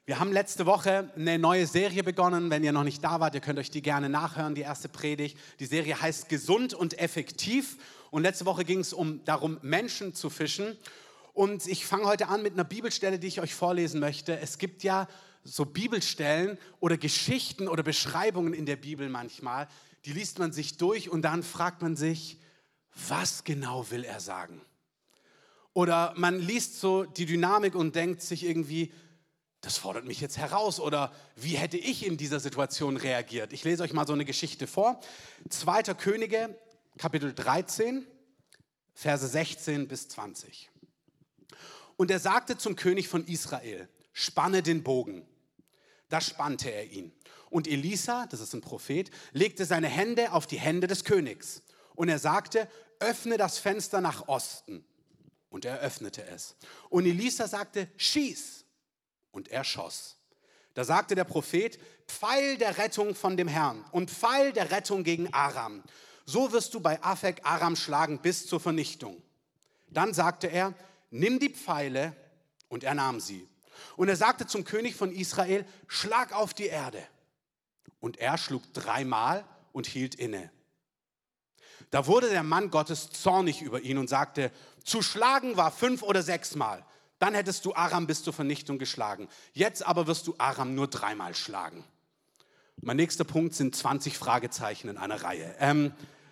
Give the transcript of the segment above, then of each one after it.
Wir haben letzte Woche eine neue Serie begonnen. Wenn ihr noch nicht da wart, ihr könnt euch die gerne nachhören, die erste Predigt. Die Serie heißt Gesund und effektiv. Und letzte Woche ging es darum, Menschen zu fischen. Und ich fange heute an mit einer Bibelstelle, die ich euch vorlesen möchte. Es gibt ja so Bibelstellen oder Geschichten oder Beschreibungen in der Bibel manchmal, die liest man sich durch und dann fragt man sich, was genau will er sagen? Oder man liest so die Dynamik und denkt sich irgendwie, das fordert mich jetzt heraus oder wie hätte ich in dieser Situation reagiert? Ich lese euch mal so eine Geschichte vor. 2. Könige, Kapitel 13, Verse 16 bis 20. Und er sagte zum König von Israel, spanne den Bogen. Da spannte er ihn. Und Elisa, das ist ein Prophet, legte seine Hände auf die Hände des Königs. Und er sagte, öffne das Fenster nach Osten. Und er öffnete es. Und Elisa sagte, schieß. Und er schoss. Da sagte der Prophet, Pfeil der Rettung von dem Herrn und Pfeil der Rettung gegen Aram. So wirst du bei Afek Aram schlagen bis zur Vernichtung. Dann sagte er, nimm die Pfeile, und er nahm sie. Und er sagte zum König von Israel, schlag auf die Erde. Und er schlug 3-mal und hielt inne. Da wurde der Mann Gottes zornig über ihn und sagte, zu schlagen war 5 oder 6-mal. Dann hättest du Aram bis zur Vernichtung geschlagen. Jetzt aber wirst du Aram nur 3-mal schlagen. Mein nächster Punkt sind 20 Fragezeichen in einer Reihe.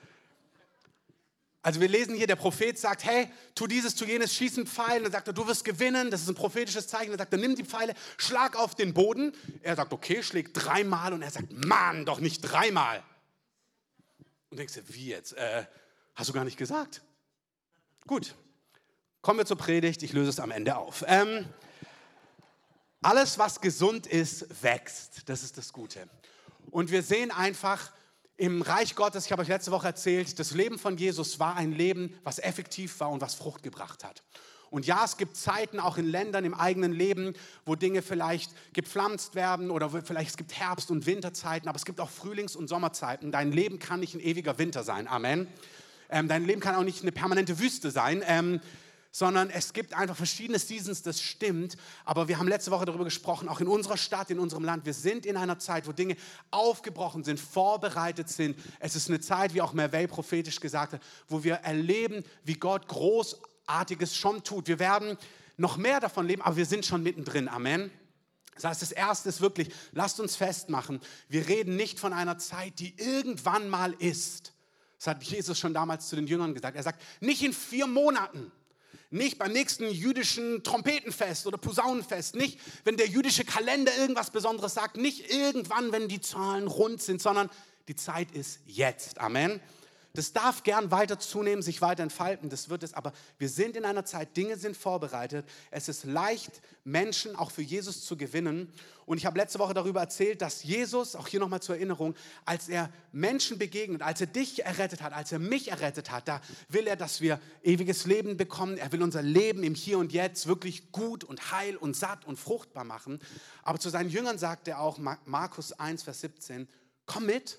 Also wir lesen hier, der Prophet sagt, hey, tu dieses, tu jenes, schieß einen Pfeil. Dann sagt er, du wirst gewinnen, das ist ein prophetisches Zeichen. Dann sagt er, nimm die Pfeile, schlag auf den Boden. Er sagt, okay, schlägt 3-mal. Und er sagt, Mann, doch nicht 3-mal. Und denkst du, wie jetzt? Hast du gar nicht gesagt? Gut. Kommen wir zur Predigt, ich löse es am Ende auf. Alles, was gesund ist, wächst. Das ist das Gute. Und wir sehen einfach im Reich Gottes, ich habe euch letzte Woche erzählt, das Leben von Jesus war ein Leben, was effektiv war und was Frucht gebracht hat. Und ja, es gibt Zeiten, auch in Ländern, im eigenen Leben, wo Dinge vielleicht gepflanzt werden oder vielleicht es gibt Herbst- und Winterzeiten, aber es gibt auch Frühlings- und Sommerzeiten. Dein Leben kann nicht ein ewiger Winter sein, Amen. Dein Leben kann auch nicht eine permanente Wüste sein, sondern es gibt einfach verschiedene Seasons, das stimmt. Aber wir haben letzte Woche darüber gesprochen, auch in unserer Stadt, in unserem Land. Wir sind in einer Zeit, wo Dinge aufgebrochen sind, vorbereitet sind. Es ist eine Zeit, wie auch Merveille prophetisch gesagt hat, wo wir erleben, wie Gott Großartiges schon tut. Wir werden noch mehr davon leben, aber wir sind schon mittendrin. Amen. Das heißt, das Erste ist wirklich, lasst uns festmachen, wir reden nicht von einer Zeit, die irgendwann mal ist. Das hat Jesus schon damals zu den Jüngern gesagt. Er sagt, nicht in 4 Monaten. Nicht beim nächsten jüdischen Trompetenfest oder Posaunenfest, nicht wenn der jüdische Kalender irgendwas Besonderes sagt, nicht irgendwann, wenn die Zahlen rund sind, sondern die Zeit ist jetzt. Amen. Das darf gern weiter zunehmen, sich weiter entfalten, das wird es, aber wir sind in einer Zeit, Dinge sind vorbereitet. Es ist leicht, Menschen auch für Jesus zu gewinnen. Und ich habe letzte Woche darüber erzählt, dass Jesus, auch hier nochmal zur Erinnerung, als er Menschen begegnet, als er dich errettet hat, als er mich errettet hat, da will er, dass wir ewiges Leben bekommen. Er will unser Leben im Hier und Jetzt wirklich gut und heil und satt und fruchtbar machen. Aber zu seinen Jüngern sagt er auch, Markus 1, Vers 17, komm mit.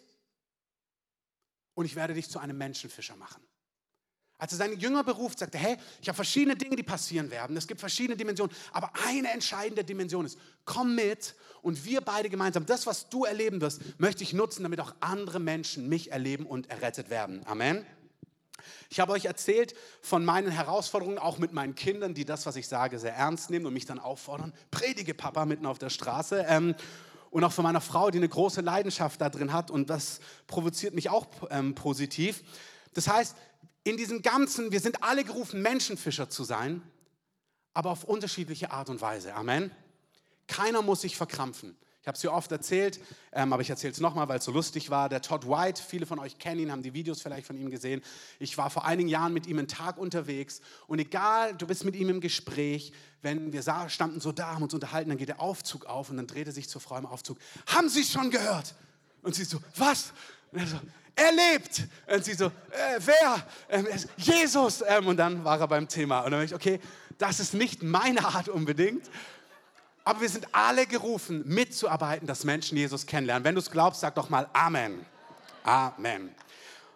Und ich werde dich zu einem Menschenfischer machen. Als er seine Jünger beruft, sagt er, hey, ich habe verschiedene Dinge, die passieren werden. Es gibt verschiedene Dimensionen. Aber eine entscheidende Dimension ist, komm mit und wir beide gemeinsam, das, was du erleben wirst, möchte ich nutzen, damit auch andere Menschen mich erleben und errettet werden. Amen. Ich habe euch erzählt von meinen Herausforderungen, auch mit meinen Kindern, die das, was ich sage, sehr ernst nehmen und mich dann auffordern, predige Papa mitten auf der Straße. Und auch von meiner Frau, die eine große Leidenschaft da drin hat. Und das provoziert mich auch positiv. Das heißt, in diesem Ganzen, wir sind alle gerufen, Menschenfischer zu sein, aber auf unterschiedliche Art und Weise. Amen. Keiner muss sich verkrampfen. Ich habe es hier oft erzählt, aber ich erzähle es nochmal, weil es so lustig war. Der Todd White, viele von euch kennen ihn, haben die Videos vielleicht von ihm gesehen. Ich war vor einigen Jahren mit ihm einen Tag unterwegs und egal, du bist mit ihm im Gespräch, wenn wir standen so da, haben uns unterhalten, dann geht der Aufzug auf und dann dreht er sich zur Frau im Aufzug. Haben Sie es schon gehört? Und sie so, was? Und er so, er lebt. Und sie so, wer? Jesus. Und dann war er beim Thema. Und dann dachte ich, okay, das ist nicht meine Art unbedingt. Aber wir sind alle gerufen, mitzuarbeiten, dass Menschen Jesus kennenlernen. Wenn du es glaubst, sag doch mal Amen. Amen.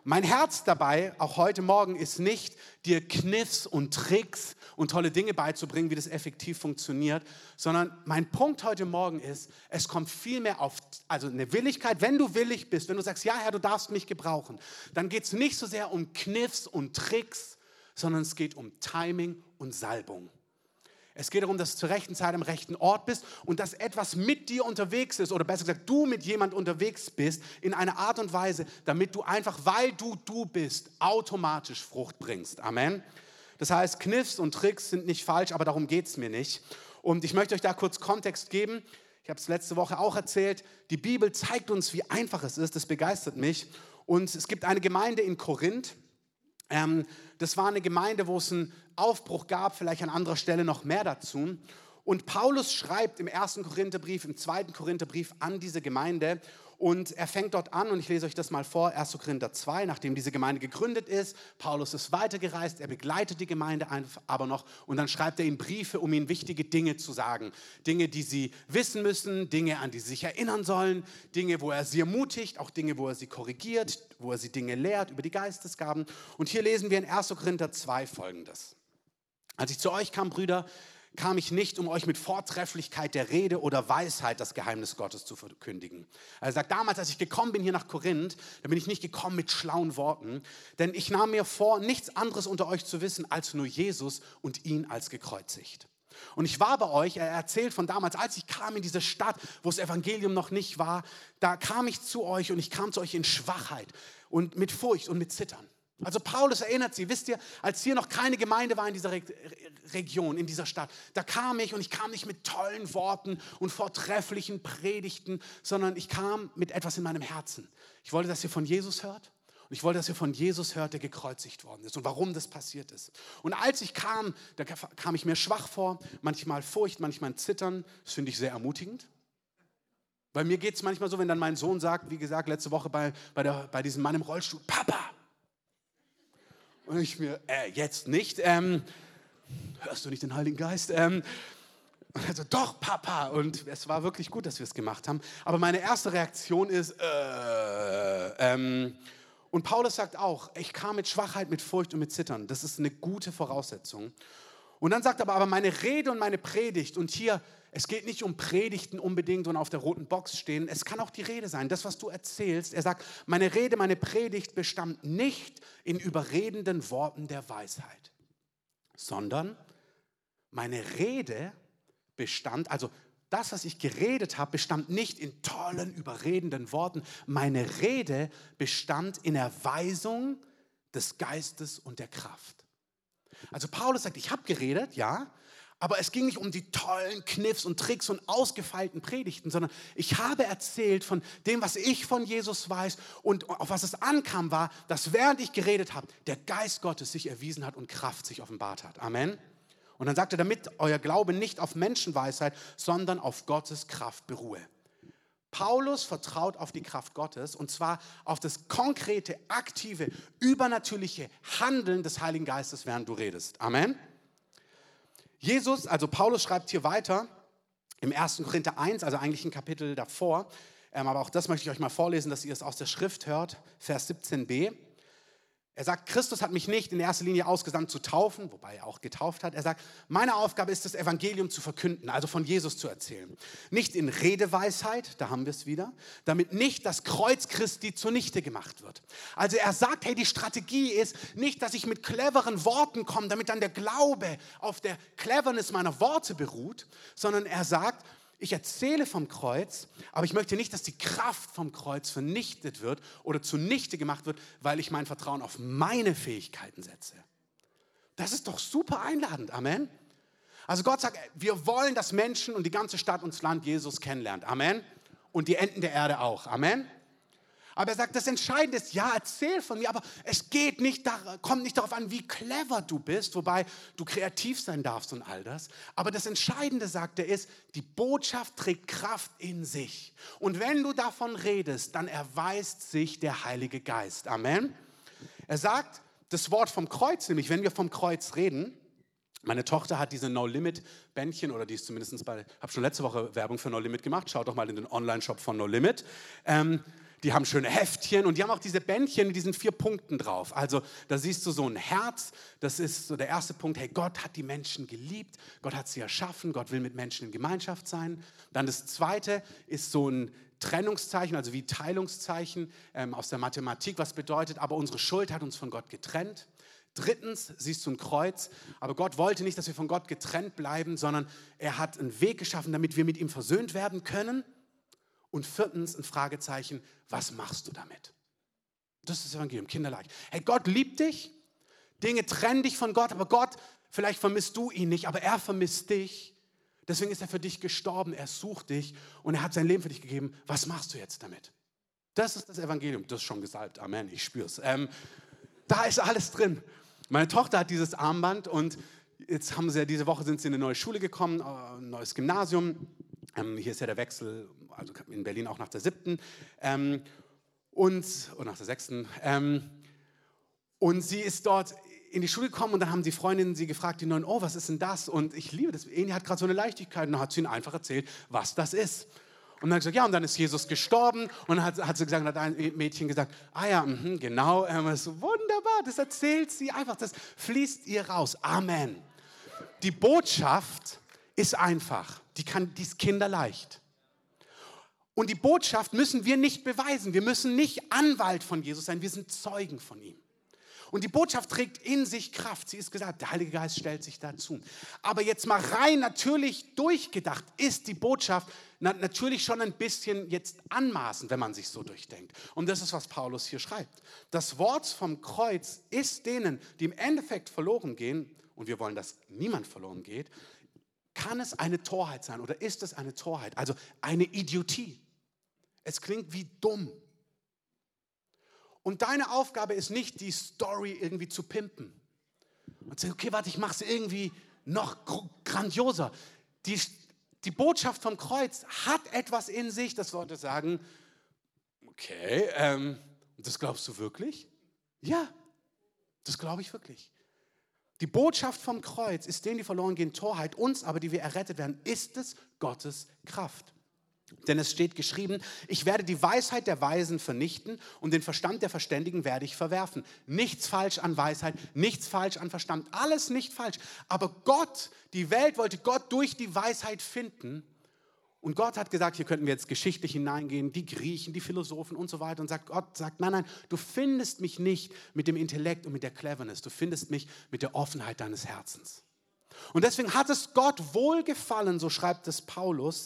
Mein Herz dabei, auch heute Morgen, ist nicht, dir Kniffs und Tricks und tolle Dinge beizubringen, wie das effektiv funktioniert, sondern mein Punkt heute Morgen ist, es kommt vielmehr auf eine Willigkeit. Wenn du willig bist, wenn du sagst, ja Herr, du darfst mich gebrauchen, dann geht es nicht so sehr um Kniffs und Tricks, sondern es geht um Timing und Salbung. Es geht darum, dass du zur rechten Zeit am rechten Ort bist und dass etwas mit dir unterwegs ist oder besser gesagt, du mit jemand unterwegs bist in einer Art und Weise, damit du einfach, weil du bist, automatisch Frucht bringst. Amen. Das heißt, Kniffs und Tricks sind nicht falsch, aber darum geht es mir nicht. Und ich möchte euch da kurz Kontext geben. Ich habe es letzte Woche auch erzählt. Die Bibel zeigt uns, wie einfach es ist. Das begeistert mich. Und es gibt eine Gemeinde in Korinth. Das war eine Gemeinde, wo es einen Aufbruch gab, vielleicht an anderer Stelle noch mehr dazu. Und Paulus schreibt im 1. Korintherbrief, im 2. Korintherbrief an diese Gemeinde und er fängt dort an und ich lese euch das mal vor, 1. Korinther 2, nachdem diese Gemeinde gegründet ist. Paulus ist weitergereist, er begleitet die Gemeinde aber noch und dann schreibt er ihnen Briefe, um ihnen wichtige Dinge zu sagen. Dinge, die sie wissen müssen, Dinge, an die sie sich erinnern sollen, Dinge, wo er sie ermutigt, auch Dinge, wo er sie korrigiert, wo er sie Dinge lehrt über die Geistesgaben. Und hier lesen wir in 1. Korinther 2 Folgendes. Als ich zu euch kam, Brüder, kam ich nicht, um euch mit Vortrefflichkeit der Rede oder Weisheit das Geheimnis Gottes zu verkündigen. Er sagt, damals, als ich gekommen bin hier nach Korinth, da bin ich nicht gekommen mit schlauen Worten, denn ich nahm mir vor, nichts anderes unter euch zu wissen, als nur Jesus und ihn als gekreuzigt. Und ich war bei euch, er erzählt von damals, als ich kam in diese Stadt, wo das Evangelium noch nicht war, da kam ich zu euch und ich kam zu euch in Schwachheit und mit Furcht und mit Zittern. Also Paulus erinnert sie, wisst ihr, als hier noch keine Gemeinde war in dieser Region, in dieser Stadt, da kam ich und ich kam nicht mit tollen Worten und vortrefflichen Predigten, sondern ich kam mit etwas in meinem Herzen. Ich wollte, dass ihr von Jesus hört und ich wollte, dass ihr von Jesus hört, der gekreuzigt worden ist und warum das passiert ist. Und als ich kam, da kam ich mir schwach vor, manchmal Furcht, manchmal Zittern, das finde ich sehr ermutigend. Bei mir geht es manchmal so, wenn dann mein Sohn sagt, wie gesagt, letzte Woche bei diesem Mann im Rollstuhl, Papa! Und ich mir, jetzt nicht, hörst du nicht den Heiligen Geist? Also doch, Papa. Und es war wirklich gut, dass wir es gemacht haben. Aber meine erste Reaktion ist, Und Paulus sagt auch, ich kam mit Schwachheit, mit Furcht und mit Zittern. Das ist eine gute Voraussetzung. Und dann sagt er aber meine Rede und meine Predigt, und hier, es geht nicht um Predigten unbedingt und auf der roten Box stehen, es kann auch die Rede sein, das, was du erzählst. Er sagt, meine Rede, meine Predigt bestand nicht in überredenden Worten der Weisheit, sondern meine Rede bestand, also das, was ich geredet habe, bestand nicht in tollen, überredenden Worten. Meine Rede bestand in Erweisung des Geistes und der Kraft. Also Paulus sagt, ich habe geredet, ja, aber es ging nicht um die tollen Kniffs und Tricks und ausgefeilten Predigten, sondern ich habe erzählt von dem, was ich von Jesus weiß, und auf was es ankam war, dass während ich geredet habe, der Geist Gottes sich erwiesen hat und Kraft sich offenbart hat. Amen. Und dann sagt er, damit euer Glaube nicht auf Menschenweisheit, sondern auf Gottes Kraft beruhe. Paulus vertraut auf die Kraft Gottes, und zwar auf das konkrete, aktive, übernatürliche Handeln des Heiligen Geistes, während du redest. Amen. Jesus, also Paulus schreibt hier weiter im 1. Korinther 1, also eigentlich ein Kapitel davor, aber auch das möchte ich euch mal vorlesen, dass ihr es aus der Schrift hört, Vers 17b. Er sagt, Christus hat mich nicht in erster Linie ausgesandt zu taufen, wobei er auch getauft hat. Er sagt, meine Aufgabe ist, das Evangelium zu verkünden, also von Jesus zu erzählen. Nicht in Redeweisheit, da haben wir es wieder, damit nicht das Kreuz Christi zunichte gemacht wird. Also er sagt, hey, die Strategie ist nicht, dass ich mit cleveren Worten komme, damit dann der Glaube auf der Cleverness meiner Worte beruht, sondern er sagt, ich erzähle vom Kreuz, aber ich möchte nicht, dass die Kraft vom Kreuz vernichtet wird oder zunichte gemacht wird, weil ich mein Vertrauen auf meine Fähigkeiten setze. Das ist doch super einladend, Amen. Also Gott sagt, wir wollen, dass Menschen und die ganze Stadt und das Land Jesus kennenlernt, Amen. Und die Enden der Erde auch, Amen. Aber er sagt, das Entscheidende ist, ja, erzähl von mir, aber es kommt nicht darauf an, wie clever du bist, wobei du kreativ sein darfst und all das. Aber das Entscheidende, sagt er, ist, die Botschaft trägt Kraft in sich. Und wenn du davon redest, dann erweist sich der Heilige Geist. Amen. Er sagt, das Wort vom Kreuz, nämlich wenn wir vom Kreuz reden, meine Tochter hat diese No-Limit-Bändchen, oder die ist zumindest habe schon letzte Woche Werbung für No-Limit gemacht, schaut doch mal in den Online-Shop von No-Limit. Die haben schöne Heftchen und die haben auch diese Bändchen mit diesen 4 Punkten drauf. Also da siehst du so ein Herz, das ist so der erste Punkt, hey, Gott hat die Menschen geliebt, Gott hat sie erschaffen, Gott will mit Menschen in Gemeinschaft sein. Dann das zweite ist so ein Trennungszeichen, also wie Teilungszeichen aus der Mathematik, was bedeutet, aber unsere Schuld hat uns von Gott getrennt. Drittens siehst du ein Kreuz, aber Gott wollte nicht, dass wir von Gott getrennt bleiben, sondern er hat einen Weg geschaffen, damit wir mit ihm versöhnt werden können. Und viertens ein Fragezeichen, was machst du damit? Das ist das Evangelium, kinderleicht. Hey, Gott liebt dich, Dinge trennen dich von Gott, aber Gott, vielleicht vermisst du ihn nicht, aber er vermisst dich. Deswegen ist er für dich gestorben, er sucht dich und er hat sein Leben für dich gegeben. Was machst du jetzt damit? Das ist das Evangelium, das ist schon gesalbt, Amen, ich spür's. Da ist alles drin. Meine Tochter hat dieses Armband und jetzt haben sie diese Woche sind sie in eine neue Schule gekommen, ein neues Gymnasium. Hier ist ja der Wechsel, also in Berlin auch nach der 7. Und nach der 6. Und sie ist dort in die Schule gekommen und dann haben die Freundinnen sie gefragt, die Neuen, oh, was ist denn das? Und ich liebe das, Eni hat gerade so eine Leichtigkeit und dann hat sie ihnen einfach erzählt, was das ist. Und dann hat sie gesagt, ja, und dann ist Jesus gestorben und dann hat sie gesagt, hat ein Mädchen gesagt, ah ja, genau, so wunderbar, das erzählt sie einfach, das fließt ihr raus. Amen. Die Botschaft ist einfach, die ist kinderleicht. Und die Botschaft müssen wir nicht beweisen, wir müssen nicht Anwalt von Jesus sein, wir sind Zeugen von ihm. Und die Botschaft trägt in sich Kraft. Sie ist gesagt, der Heilige Geist stellt sich dazu. Aber jetzt mal rein natürlich durchgedacht ist die Botschaft natürlich schon ein bisschen jetzt anmaßend, wenn man sich so durchdenkt. Und das ist, was Paulus hier schreibt. Das Wort vom Kreuz ist denen, die im Endeffekt verloren gehen, und wir wollen, dass niemand verloren geht, kann es eine Torheit sein oder ist es eine Torheit, also eine Idiotie. Es klingt wie dumm. Und deine Aufgabe ist nicht, die Story irgendwie zu pimpen. Und zu sagen, okay, warte, ich mache es irgendwie noch grandioser. Die Botschaft vom Kreuz hat etwas in sich, das Leute sagen, okay, das glaubst du wirklich? Ja, das glaube ich wirklich. Die Botschaft vom Kreuz ist denen, die verloren gehen, Torheit. Uns aber, die wir errettet werden, ist es Gottes Kraft. Denn es steht geschrieben, ich werde die Weisheit der Weisen vernichten und den Verstand der Verständigen werde ich verwerfen. Nichts falsch an Weisheit, nichts falsch an Verstand, alles nicht falsch. Aber Gott, die Welt wollte Gott durch die Weisheit finden. Und Gott hat gesagt, hier könnten wir jetzt geschichtlich hineingehen, die Griechen, die Philosophen und so weiter. Und Gott sagt, nein, du findest mich nicht mit dem Intellekt und mit der Cleverness. Du findest mich mit der Offenheit deines Herzens. Und deswegen hat es Gott wohlgefallen, so schreibt es Paulus,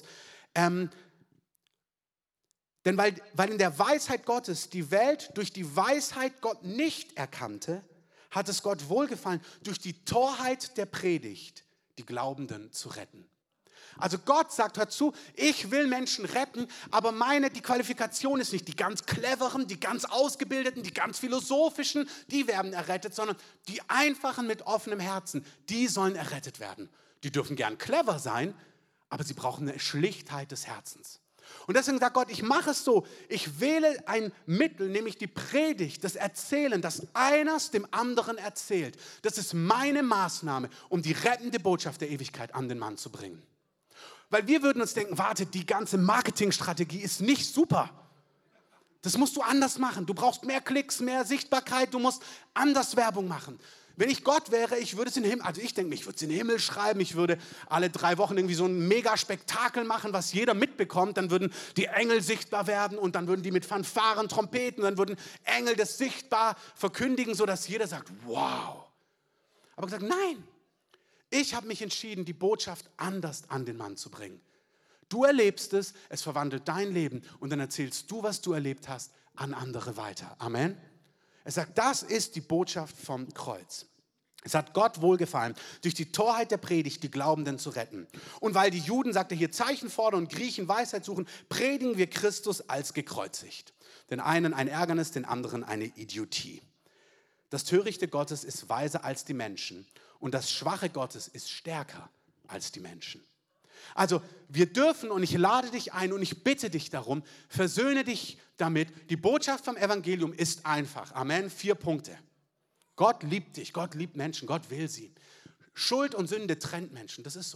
denn weil in der Weisheit Gottes die Welt durch die Weisheit Gott nicht erkannte, hat es Gott wohlgefallen, durch die Torheit der Predigt die Glaubenden zu retten. Also Gott sagt, hör zu, ich will Menschen retten, aber die Qualifikation ist nicht die ganz cleveren, die ganz ausgebildeten, die ganz philosophischen, die werden errettet, sondern die einfachen mit offenem Herzen, die sollen errettet werden. Die dürfen gern clever sein, aber sie brauchen eine Schlichtheit des Herzens. Und deswegen sagt Gott, ich mache es so, ich wähle ein Mittel, nämlich die Predigt, das Erzählen, das eines dem anderen erzählt. Das ist meine Maßnahme, um die rettende Botschaft der Ewigkeit an den Mann zu bringen. Weil wir würden uns denken, warte, die ganze Marketingstrategie ist nicht super. Das musst du anders machen. Du brauchst mehr Klicks, mehr Sichtbarkeit, du musst anders Werbung machen. Wenn ich Gott wäre, ich würde es in den Himmel, also ich denke, ich würde es in den Himmel schreiben, ich würde alle 3 Wochen irgendwie so ein Mega-Spektakel machen, was jeder mitbekommt, dann würden die Engel sichtbar werden und dann würden die mit Fanfaren, Trompeten, dann würden Engel das sichtbar verkündigen, sodass jeder sagt, wow. Aber gesagt, nein, ich habe mich entschieden, die Botschaft anders an den Mann zu bringen. Du erlebst es, es verwandelt dein Leben und dann erzählst du, was du erlebt hast, an andere weiter. Amen. Er sagt, das ist die Botschaft vom Kreuz. Es hat Gott wohlgefallen, durch die Torheit der Predigt die Glaubenden zu retten. Und weil die Juden, sagt er hier, Zeichen fordern und Griechen Weisheit suchen, predigen wir Christus als gekreuzigt. Den einen ein Ärgernis, den anderen eine Idiotie. Das Törichte Gottes ist weiser als die Menschen und das Schwache Gottes ist stärker als die Menschen. Also wir dürfen, und ich lade dich ein und ich bitte dich darum, versöhne dich damit. Die Botschaft vom Evangelium ist einfach. Amen. 4 Punkte. Gott liebt dich, Gott liebt Menschen, Gott will sie. Schuld und Sünde trennt Menschen, das ist so.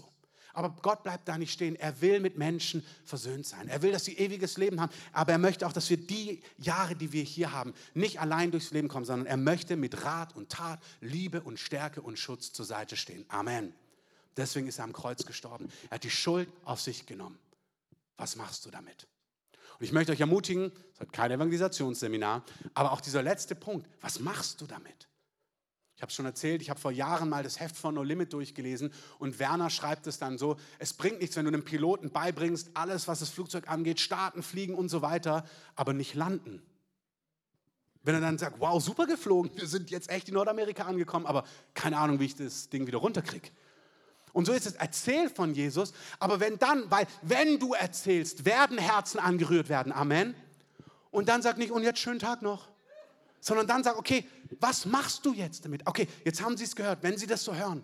Aber Gott bleibt da nicht stehen. Er will mit Menschen versöhnt sein. Er will, dass sie ewiges Leben haben. Aber er möchte auch, dass wir die Jahre, die wir hier haben, nicht allein durchs Leben kommen, sondern er möchte mit Rat und Tat, Liebe und Stärke und Schutz zur Seite stehen. Amen. Deswegen ist er am Kreuz gestorben. Er hat die Schuld auf sich genommen. Was machst du damit? Und ich möchte euch ermutigen, es hat kein Evangelisationsseminar, aber auch dieser letzte Punkt, was machst du damit? Ich habe es schon erzählt, ich habe vor Jahren mal das Heft von No Limit durchgelesen und Werner schreibt es dann so, es bringt nichts, wenn du einem Piloten beibringst, alles, was das Flugzeug angeht, starten, fliegen und so weiter, aber nicht landen. Wenn er dann sagt, wow, super geflogen, wir sind jetzt echt in Nordamerika angekommen, aber keine Ahnung, wie ich das Ding wieder runterkriege. Und so ist es, erzähl von Jesus, aber wenn du erzählst, werden Herzen angerührt werden, Amen. Und dann sag nicht, und jetzt schönen Tag noch. Sondern dann sag, okay, was machst du jetzt damit? Okay, jetzt haben Sie es gehört, wenn Sie das so hören,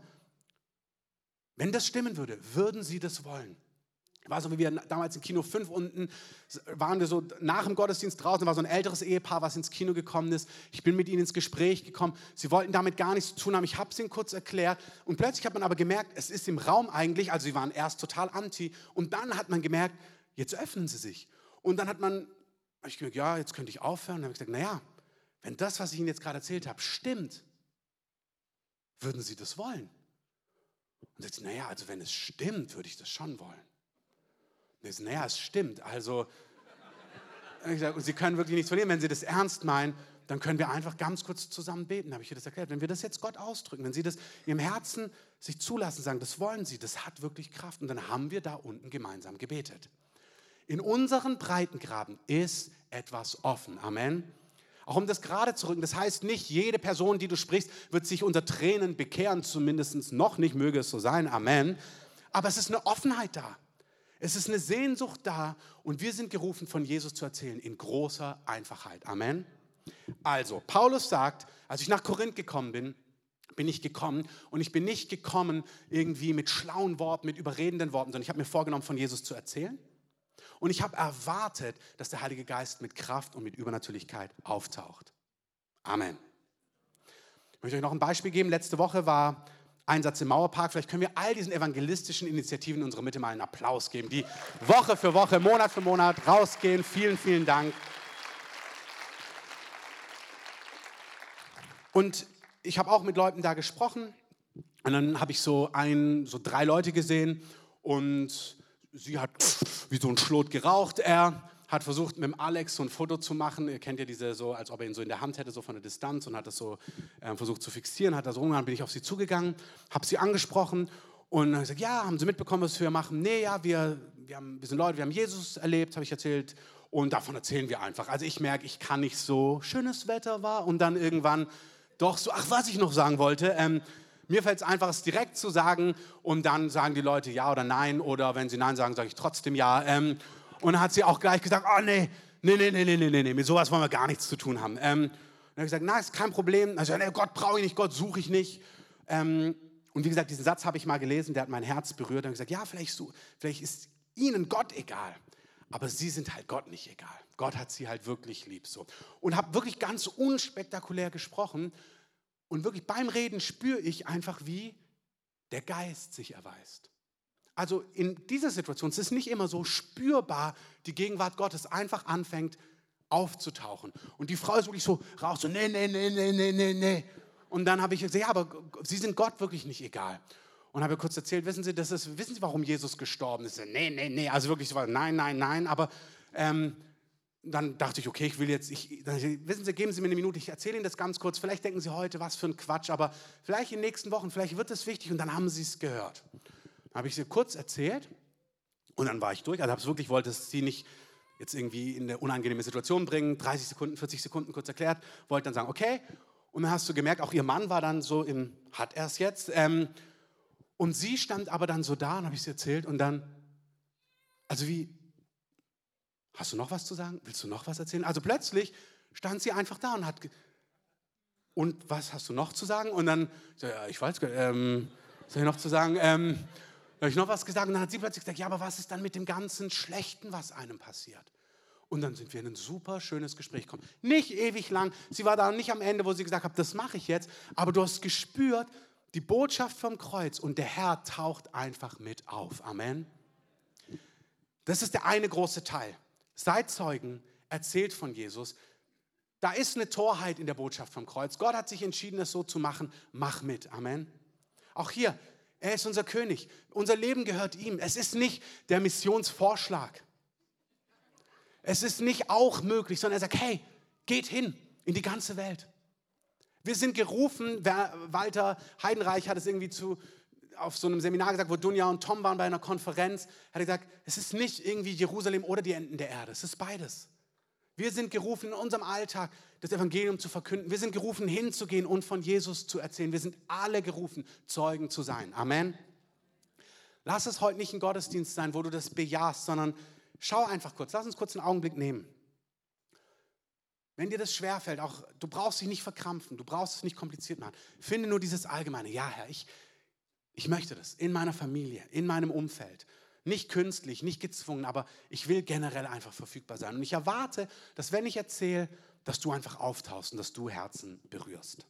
wenn das stimmen würde, würden Sie das wollen? War so, wie wir damals im Kino 5 unten waren wir so nach dem Gottesdienst draußen, war so ein älteres Ehepaar, was ins Kino gekommen ist. Ich bin mit ihnen ins Gespräch gekommen. Sie wollten damit gar nichts zu tun haben. Ich habe es ihnen kurz erklärt. Und plötzlich hat man aber gemerkt, es ist im Raum eigentlich, also sie waren erst total anti. Und dann hat man gemerkt, jetzt öffnen sie sich. Und dann habe ich gedacht, ja, jetzt könnte ich aufhören. Und dann habe ich gesagt, naja, wenn das, was ich Ihnen jetzt gerade erzählt habe, stimmt, würden Sie das wollen? Und dann sagt sie, naja, also wenn es stimmt, würde ich das schon wollen. Und ich sage, naja, es stimmt, also, ich sage, Sie können wirklich nichts verlieren. Wenn Sie das ernst meinen, dann können wir einfach ganz kurz zusammen beten, habe ich ihr das erklärt. Wenn wir das jetzt Gott ausdrücken, wenn Sie das in Ihrem Herzen sich zulassen, sagen, das wollen Sie, das hat wirklich Kraft. Und dann haben wir da unten gemeinsam gebetet. In unseren Breitengraden ist etwas offen. Amen. Auch um das gerade zu rücken, das heißt nicht, jede Person, die du sprichst, wird sich unter Tränen bekehren, zumindest noch nicht, möge es so sein, Amen. Aber es ist eine Offenheit da. Es ist eine Sehnsucht da und wir sind gerufen, von Jesus zu erzählen, in großer Einfachheit. Amen. Also, Paulus sagt, als ich nach Korinth gekommen bin ich gekommen und ich bin nicht gekommen irgendwie mit schlauen Worten, mit überredenden Worten, sondern ich habe mir vorgenommen, von Jesus zu erzählen. Und ich habe erwartet, dass der Heilige Geist mit Kraft und mit Übernatürlichkeit auftaucht. Amen. Ich möchte euch noch ein Beispiel geben. Letzte Woche war Einsatz im Mauerpark. Vielleicht können wir all diesen evangelistischen Initiativen in unserer Mitte mal einen Applaus geben, die Woche für Woche, Monat für Monat rausgehen. Vielen, vielen Dank. Und ich habe auch mit Leuten da gesprochen. Und dann habe ich so 3 Leute gesehen und sie hat wie so ein Schlot geraucht. Er hat versucht, mit dem Alex so ein Foto zu machen. Ihr kennt ja diese so, als ob er ihn so in der Hand hätte, so von der Distanz und hat das so versucht zu fixieren. Hat das rumgegangen, bin ich auf sie zugegangen, habe sie angesprochen und habe gesagt, ja, haben Sie mitbekommen, was wir machen? Nee, ja, wir sind Leute, wir haben Jesus erlebt, habe ich erzählt und davon erzählen wir einfach. Also ich merke, ich kann nicht so, schönes Wetter war und dann irgendwann doch so, ach, was ich noch sagen wollte, mir fällt es einfach, es direkt zu sagen und dann sagen die Leute ja oder nein oder wenn sie nein sagen, sage ich trotzdem ja. Und dann hat sie auch gleich gesagt, oh nee, mit sowas wollen wir gar nichts zu tun haben. Dann habe ich gesagt, na, ist kein Problem. Also, nee, Gott brauche ich nicht, Gott suche ich nicht. Und wie gesagt, diesen Satz habe ich mal gelesen, der hat mein Herz berührt. Dann habe ich gesagt, ja, vielleicht ist Ihnen Gott egal, aber Sie sind halt Gott nicht egal. Gott hat Sie halt wirklich lieb. So. Und habe wirklich ganz unspektakulär gesprochen. Und wirklich beim Reden spüre ich einfach, wie der Geist sich erweist. Also in dieser Situation, es ist nicht immer so spürbar, die Gegenwart Gottes einfach anfängt aufzutauchen. Und die Frau ist wirklich so raus, so nee. Und dann habe ich gesagt, ja, aber Sie sind Gott wirklich nicht egal. Und habe kurz erzählt, wissen Sie, warum Jesus gestorben ist? Nee, also wirklich so, nein, aber dann dachte ich, okay, wissen Sie, geben Sie mir eine Minute, ich erzähle Ihnen das ganz kurz. Vielleicht denken Sie heute, was für ein Quatsch, aber vielleicht in den nächsten Wochen, vielleicht wird es wichtig und dann haben Sie es gehört. Dann habe ich sie kurz erzählt und dann war ich durch. Also wollte es sie nicht jetzt irgendwie in eine unangenehme Situation bringen, 30 Sekunden, 40 Sekunden kurz erklärt, wollte dann sagen, okay. Und dann hast du gemerkt, auch ihr Mann war dann so hat er es jetzt? Und sie stand aber dann so da und habe ich sie erzählt und dann, also wie, hast du noch was zu sagen? Willst du noch was erzählen? Also plötzlich stand sie einfach da und und was hast du noch zu sagen? Und dann, ich weiß gar nicht, was soll ich noch zu sagen? Da habe ich noch was gesagt und dann hat sie plötzlich gesagt, ja, aber was ist dann mit dem ganzen Schlechten, was einem passiert? Und dann sind wir in ein super schönes Gespräch gekommen. Nicht ewig lang, sie war da nicht am Ende, wo sie gesagt hat, das mache ich jetzt, aber du hast gespürt, Die Botschaft vom Kreuz und der Herr taucht einfach mit auf. Amen. Das ist der eine große Teil. Seid Zeugen, erzählt von Jesus. Da ist eine Torheit in der Botschaft vom Kreuz. Gott hat sich entschieden, das so zu machen. Mach mit. Amen. Auch hier, er ist unser König. Unser Leben gehört ihm. Es ist nicht der Missionsvorschlag. Es ist nicht auch möglich, sondern er sagt, hey, geht hin in die ganze Welt. Wir sind gerufen, Walter Heidenreich hat es irgendwie auf so einem Seminar gesagt, wo Dunja und Tom waren bei einer Konferenz, hat er gesagt, es ist nicht irgendwie Jerusalem oder die Enden der Erde, es ist beides. Wir sind gerufen, in unserem Alltag das Evangelium zu verkünden. Wir sind gerufen, hinzugehen und von Jesus zu erzählen. Wir sind alle gerufen, Zeugen zu sein. Amen. Lass es heute nicht ein Gottesdienst sein, wo du das bejahst, sondern schau einfach kurz, lass uns kurz einen Augenblick nehmen. Wenn dir das schwerfällt, auch du brauchst dich nicht verkrampfen, du brauchst es nicht kompliziert machen. Finde nur dieses Allgemeine. Ja, Herr, ich möchte das in meiner Familie, in meinem Umfeld. Nicht künstlich, nicht gezwungen, aber ich will generell einfach verfügbar sein. Und ich erwarte, dass wenn ich erzähle, dass du einfach auftauchst und dass du Herzen berührst.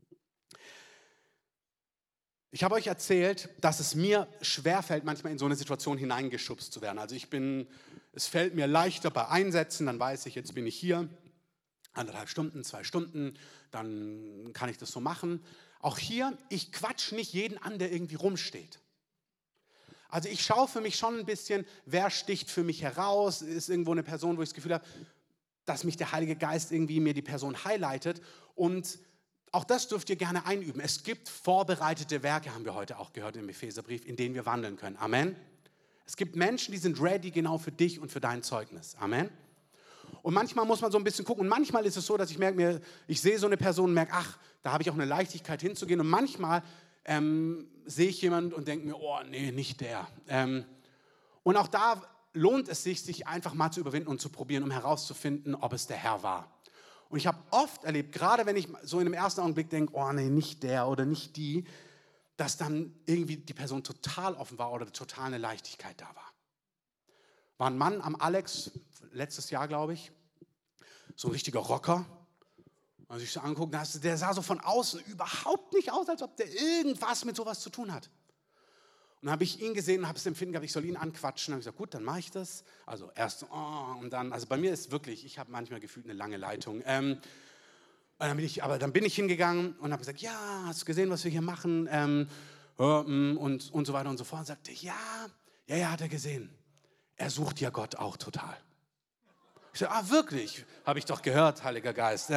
Ich habe euch erzählt, dass es mir schwerfällt, manchmal in so eine Situation hineingeschubst zu werden. Also es fällt mir leichter bei Einsätzen, dann weiß ich, jetzt bin ich hier, 1,5 Stunden, 2 Stunden, dann kann ich das so machen. Auch hier, ich quatsch nicht jeden an, der irgendwie rumsteht. Also ich schaue für mich schon ein bisschen, wer sticht für mich heraus, ist irgendwo eine Person, wo ich das Gefühl habe, dass mich der Heilige Geist irgendwie mir die Person highlightet. Und auch das dürft ihr gerne einüben. Es gibt vorbereitete Werke, haben wir heute auch gehört im Epheserbrief, in denen wir wandeln können. Amen. Es gibt Menschen, die sind ready genau für dich und für dein Zeugnis. Amen. Und manchmal muss man so ein bisschen gucken. Und manchmal ist es so, dass ich sehe so eine Person und merke, ach, da habe ich auch eine Leichtigkeit hinzugehen. Und manchmal sehe ich jemanden und denke mir, oh nee, nicht der. Und auch da lohnt es sich einfach mal zu überwinden und zu probieren, um herauszufinden, ob es der Herr war. Und ich habe oft erlebt, gerade wenn ich so in dem ersten Augenblick denke, oh nee, nicht der oder nicht die, dass dann irgendwie die Person total offen war oder total eine Leichtigkeit da war. War ein Mann am Alex, letztes Jahr glaube ich, so ein richtiger Rocker. Als ich so angucke, der sah so von außen überhaupt nicht aus, als ob der irgendwas mit sowas zu tun hat. Und dann habe ich ihn gesehen und habe das Empfinden gehabt, ich soll ihn anquatschen. Dann habe ich gesagt, gut, dann mache ich das. Also erst so, und dann, also bei mir ist wirklich, ich habe manchmal gefühlt eine lange Leitung. Dann bin ich hingegangen und habe gesagt, ja, hast du gesehen, was wir hier machen? Und so weiter und so fort. Und sagte, ja, hat er gesehen. Er sucht ja Gott auch total. Ich sage, wirklich? Habe ich doch gehört, Heiliger Geist.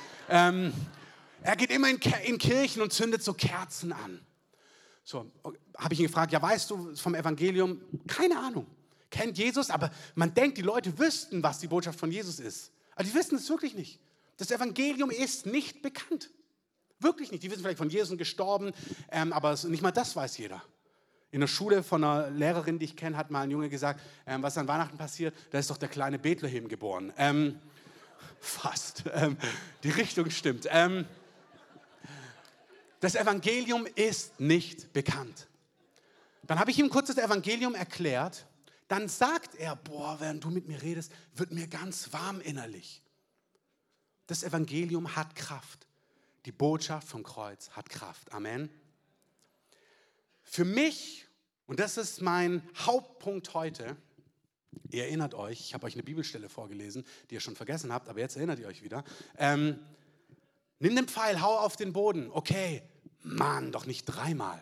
Er geht immer in Kirchen und zündet so Kerzen an. So, habe ich ihn gefragt, ja, weißt du vom Evangelium? Keine Ahnung. Kennt Jesus, aber man denkt, die Leute wüssten, was die Botschaft von Jesus ist. Aber die wissen es wirklich nicht. Das Evangelium ist nicht bekannt. Wirklich nicht. Die wissen vielleicht von Jesus gestorben, aber nicht mal das weiß jeder. In der Schule von einer Lehrerin, die ich kenne, hat mal ein Junge gesagt, was an Weihnachten passiert, da ist doch der kleine Bethlehem geboren. Fast. Die Richtung stimmt. Das Evangelium ist nicht bekannt. Dann habe ich ihm kurz das Evangelium erklärt. Dann sagt er, während du mit mir redest, wird mir ganz warm innerlich. Das Evangelium hat Kraft. Die Botschaft vom Kreuz hat Kraft. Amen. Für mich, und das ist mein Hauptpunkt heute, ihr erinnert euch, ich habe euch eine Bibelstelle vorgelesen, die ihr schon vergessen habt, aber jetzt erinnert ihr euch wieder. Nimm den Pfeil, hau auf den Boden. Okay, Mann, doch nicht 3-mal.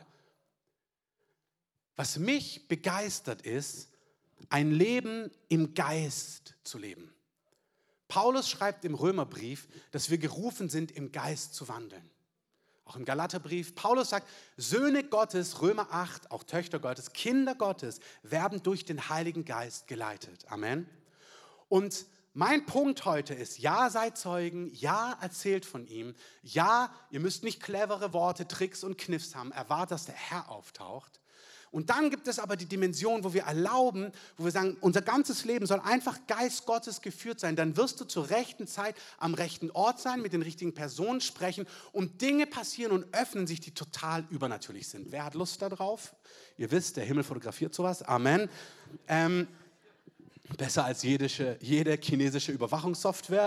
Was mich begeistert ist, ein Leben im Geist zu leben. Paulus schreibt im Römerbrief, dass wir gerufen sind, im Geist zu wandeln. Auch im Galaterbrief. Paulus sagt, Söhne Gottes, Römer 8, auch Töchter Gottes, Kinder Gottes werden durch den Heiligen Geist geleitet. Amen. Und mein Punkt heute ist, ja, seid Zeugen, ja, erzählt von ihm, ja, ihr müsst nicht clevere Worte, Tricks und Kniffs haben, erwartet, dass der Herr auftaucht. Und dann gibt es aber die Dimension, wo wir erlauben, wo wir sagen, unser ganzes Leben soll einfach Geist Gottes geführt sein. Dann wirst du zur rechten Zeit am rechten Ort sein, mit den richtigen Personen sprechen und Dinge passieren und öffnen sich, die total übernatürlich sind. Wer hat Lust darauf? Ihr wisst, der Himmel fotografiert sowas. Amen. Besser als jede chinesische Überwachungssoftware.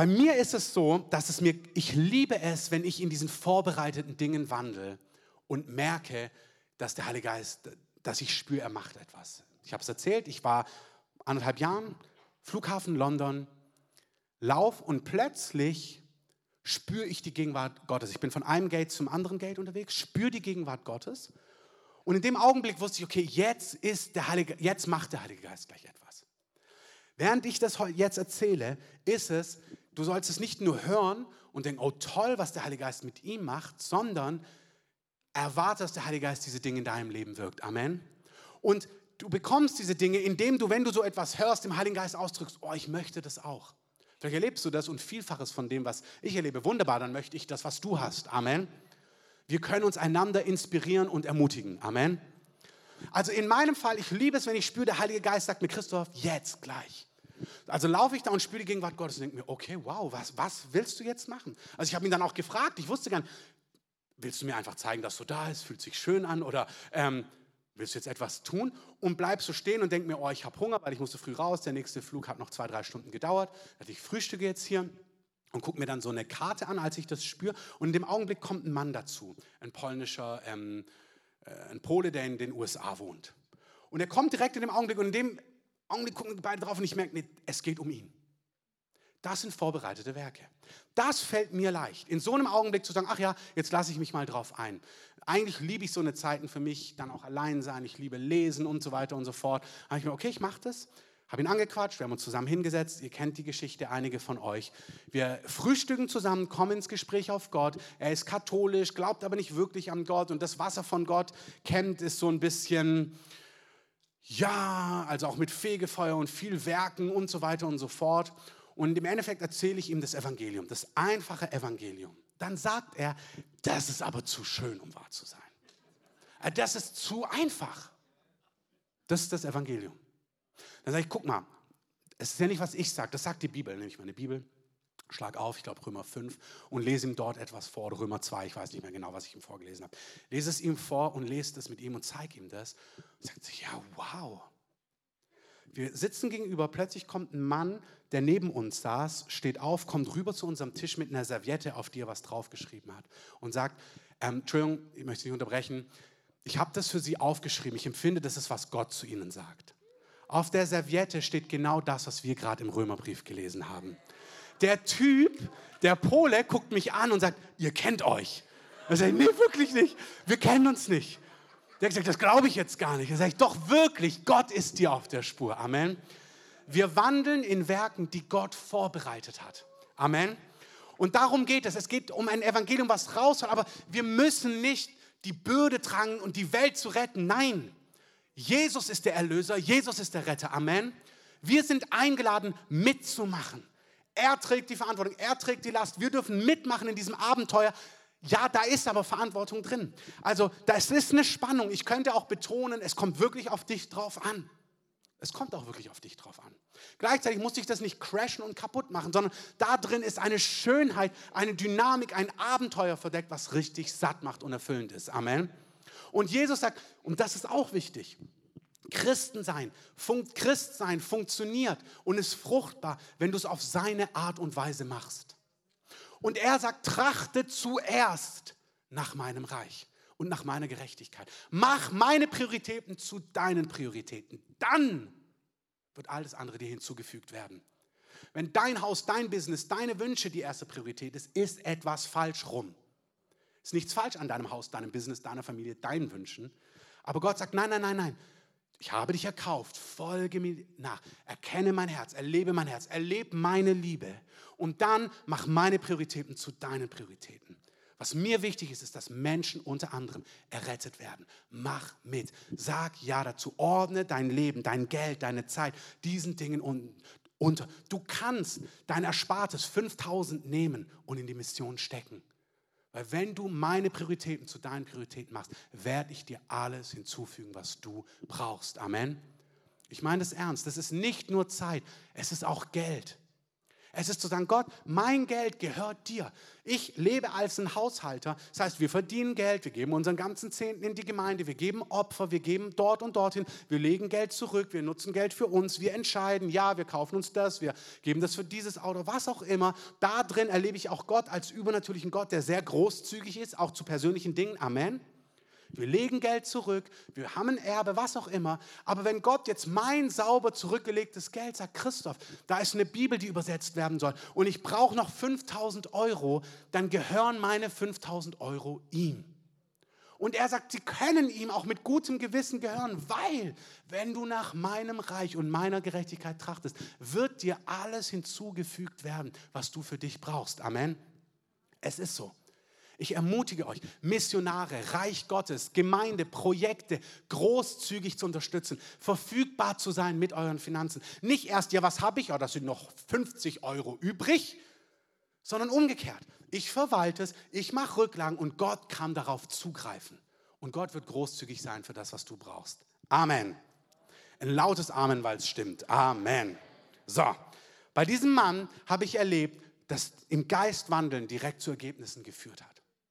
Bei mir ist es so, dass ich liebe es, wenn ich in diesen vorbereiteten Dingen wandle und merke, dass der Heilige Geist, dass ich spüre, er macht etwas. Ich habe es erzählt, ich war 1,5 Jahren, Flughafen London, lauf und plötzlich spüre ich die Gegenwart Gottes. Ich bin von einem Gate zum anderen Gate unterwegs, spüre die Gegenwart Gottes und in dem Augenblick wusste ich, okay, jetzt macht der Heilige Geist gleich etwas. Während ich das jetzt erzähle, ist es, du sollst es nicht nur hören und denken, oh toll, was der Heilige Geist mit ihm macht, sondern erwarte, dass der Heilige Geist diese Dinge in deinem Leben wirkt. Amen. Und du bekommst diese Dinge, indem du, wenn du so etwas hörst, dem Heiligen Geist ausdrückst, oh, ich möchte das auch. Vielleicht erlebst du das und Vielfaches von dem, was ich erlebe. Wunderbar, dann möchte ich das, was du hast. Amen. Wir können uns einander inspirieren und ermutigen. Amen. Also in meinem Fall, ich liebe es, wenn ich spüre, der Heilige Geist sagt mir, Christoph, jetzt gleich. Also laufe ich da und spüre die Gegenwart Gottes und denke mir, okay, wow, was willst du jetzt machen? Also ich habe ihn dann auch gefragt, ich wusste gar nicht, willst du mir einfach zeigen, dass du da bist, fühlt sich schön an oder willst du jetzt etwas tun? Und bleib so stehen und denk mir, oh, ich habe Hunger, weil ich musste früh raus, der nächste Flug hat noch 2-3 Stunden gedauert. Ich frühstücke jetzt hier und gucke mir dann so eine Karte an, als ich das spüre. Und in dem Augenblick kommt ein Mann dazu, ein polnischer, ein Pole, der in den USA wohnt. Und er kommt direkt in dem Augenblick und in dem Augenblick gucken wir beide drauf und ich merke, nee, es geht um ihn. Das sind vorbereitete Werke. Das fällt mir leicht, in so einem Augenblick zu sagen, ach ja, jetzt lasse ich mich mal drauf ein. Eigentlich liebe ich so eine Zeiten für mich, dann auch allein sein, ich liebe lesen und so weiter und so fort. Da habe ich mir, okay, ich mache das, habe ihn angequatscht, wir haben uns zusammen hingesetzt, ihr kennt die Geschichte, einige von euch. Wir frühstücken zusammen, kommen ins Gespräch auf Gott. Er ist katholisch, glaubt aber nicht wirklich an Gott und das, was er von Gott kennt, ist so ein bisschen, ja, also auch mit Fegefeuer und viel Werken und so weiter und so fort. Und im Endeffekt erzähle ich ihm das Evangelium, das einfache Evangelium. Dann sagt er, das ist aber zu schön, um wahr zu sein. Das ist zu einfach. Das ist das Evangelium. Dann sage ich, guck mal, es ist ja nicht, was ich sage, das sagt die Bibel. Nehme ich meine Bibel, schlag auf, ich glaube Römer 5 und lese ihm dort etwas vor, oder Römer 2, ich weiß nicht mehr genau, was ich ihm vorgelesen habe. Lese es ihm vor und lese das mit ihm und zeige ihm das. Und sagt sich, ja, wow. Wir sitzen gegenüber, plötzlich kommt ein Mann, der neben uns saß, steht auf, kommt rüber zu unserem Tisch mit einer Serviette, auf die er was draufgeschrieben hat und sagt, Entschuldigung, ich möchte nicht unterbrechen, ich habe das für Sie aufgeschrieben, ich empfinde, das ist, was Gott zu Ihnen sagt. Auf der Serviette steht genau das, was wir gerade im Römerbrief gelesen haben. Der Typ, der Pole, guckt mich an und sagt, ihr kennt euch. Da sage ich, nee, wirklich nicht, wir kennen uns nicht. Der hat gesagt, das glaube ich jetzt gar nicht. Da sage ich, doch wirklich, Gott ist dir auf der Spur. Amen. Wir wandeln in Werken, die Gott vorbereitet hat. Amen. Und darum geht es. Es geht um ein Evangelium, was rausholt. Aber wir müssen nicht die Bürde tragen und die Welt zu retten. Nein, Jesus ist der Erlöser, Jesus ist der Retter. Amen. Wir sind eingeladen, mitzumachen. Er trägt die Verantwortung, er trägt die Last. Wir dürfen mitmachen in diesem Abenteuer. Ja, da ist aber Verantwortung drin. Also, das ist eine Spannung. Ich könnte auch betonen, es kommt wirklich auf dich drauf an. Es kommt auch wirklich auf dich drauf an. Gleichzeitig muss ich das nicht crashen und kaputt machen, sondern da drin ist eine Schönheit, eine Dynamik, ein Abenteuer verdeckt, was richtig satt macht und erfüllend ist. Amen. Und Jesus sagt, und das ist auch wichtig, Christsein funktioniert und ist fruchtbar, wenn du es auf seine Art und Weise machst. Und er sagt, trachte zuerst nach meinem Reich und nach meiner Gerechtigkeit. Mach meine Prioritäten zu deinen Prioritäten. Dann wird alles andere dir hinzugefügt werden. Wenn dein Haus, dein Business, deine Wünsche die erste Priorität ist etwas falsch rum. Ist nichts falsch an deinem Haus, deinem Business, deiner Familie, deinen Wünschen. Aber Gott sagt, nein. Ich habe dich erkauft, folge mir nach, erkenne mein Herz, erlebe meine Liebe und dann mach meine Prioritäten zu deinen Prioritäten. Was mir wichtig ist, ist, dass Menschen unter anderem errettet werden. Mach mit, sag ja dazu, ordne dein Leben, dein Geld, deine Zeit diesen Dingen unter. Du kannst dein Erspartes 5.000 nehmen und in die Mission stecken. Weil wenn du meine Prioritäten zu deinen Prioritäten machst, werde ich dir alles hinzufügen, was du brauchst. Amen. Ich meine das ernst. Das ist nicht nur Zeit, es ist auch Geld. Es ist zu sagen, Gott, mein Geld gehört dir. Ich lebe als ein Haushalter. Das heißt, wir verdienen Geld, wir geben unseren ganzen Zehnten in die Gemeinde, wir geben Opfer, wir geben dort und dorthin, wir legen Geld zurück, wir nutzen Geld für uns, wir entscheiden, ja, wir kaufen uns das, wir geben das für dieses Auto, was auch immer. Da drin erlebe ich auch Gott als übernatürlichen Gott, der sehr großzügig ist, auch zu persönlichen Dingen. Amen. Wir legen Geld zurück, wir haben ein Erbe, was auch immer. Aber wenn Gott jetzt mein sauber zurückgelegtes Geld sagt, Christoph, da ist eine Bibel, die übersetzt werden soll und ich brauche noch 5.000 Euro, dann gehören meine 5.000 Euro ihm. Und er sagt, sie können ihm auch mit gutem Gewissen gehören, weil wenn du nach meinem Reich und meiner Gerechtigkeit trachtest, wird dir alles hinzugefügt werden, was du für dich brauchst. Amen. Es ist so. Ich ermutige euch, Missionare, Reich Gottes, Gemeinde, Projekte großzügig zu unterstützen, verfügbar zu sein mit euren Finanzen. Nicht erst, ja, was habe ich? Ja, das sind noch 50 Euro übrig, sondern umgekehrt. Ich verwalte es, ich mache Rücklagen und Gott kann darauf zugreifen. Und Gott wird großzügig sein für das, was du brauchst. Amen. Ein lautes Amen, weil es stimmt. Amen. So, bei diesem Mann habe ich erlebt, dass im Geist wandeln direkt zu Ergebnissen geführt hat.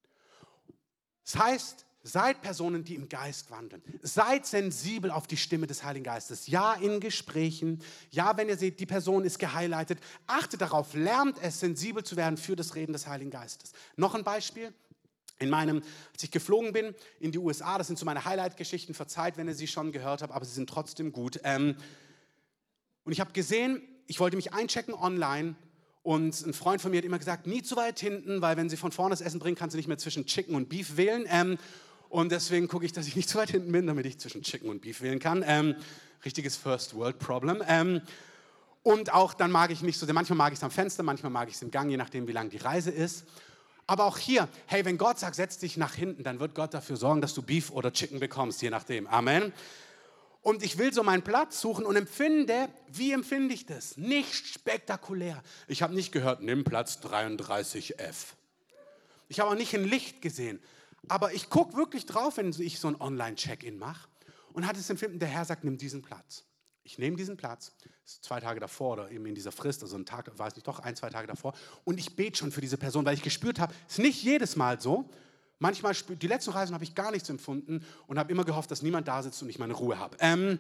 Das heißt, seid Personen, die im Geist wandeln. Seid sensibel auf die Stimme des Heiligen Geistes. Ja, in Gesprächen. Ja, wenn ihr seht, die Person ist gehighlightet. Achtet darauf, lernt es, sensibel zu werden für das Reden des Heiligen Geistes. Noch ein Beispiel. Als ich geflogen bin in die USA, das sind so meine Highlight-Geschichten, verzeiht, wenn ihr sie schon gehört habt, aber sie sind trotzdem gut. Und ich habe gesehen, ich wollte mich einchecken online. Und ein Freund von mir hat immer gesagt, nie zu weit hinten, weil wenn sie von vorne das Essen bringen, kannst du nicht mehr zwischen Chicken und Beef wählen. Und deswegen gucke ich, dass ich nicht zu weit hinten bin, damit ich zwischen Chicken und Beef wählen kann. Richtiges First-World-Problem. Und auch dann mag ich nicht so sehr, manchmal mag ich es am Fenster, manchmal mag ich es im Gang, je nachdem, wie lang die Reise ist. Aber auch hier, hey, wenn Gott sagt, setz dich nach hinten, dann wird Gott dafür sorgen, dass du Beef oder Chicken bekommst, je nachdem. Amen. Und ich will so meinen Platz suchen und wie empfinde ich das? Nicht spektakulär. Ich habe nicht gehört, nimm Platz 33F. Ich habe auch nicht ein Licht gesehen. Aber ich gucke wirklich drauf, wenn ich so ein Online-Check-In mache und hatte das Empfinden, der Herr sagt, nimm diesen Platz. Ich nehme diesen Platz, das ist 2 Tage davor oder eben in dieser Frist, also ein Tag, weiß nicht, doch 1, 2 Tage davor. Und ich bete schon für diese Person, weil ich gespürt habe, es ist nicht jedes Mal so. Manchmal, die letzten Reisen habe ich gar nichts empfunden und habe immer gehofft, dass niemand da sitzt und ich meine Ruhe habe.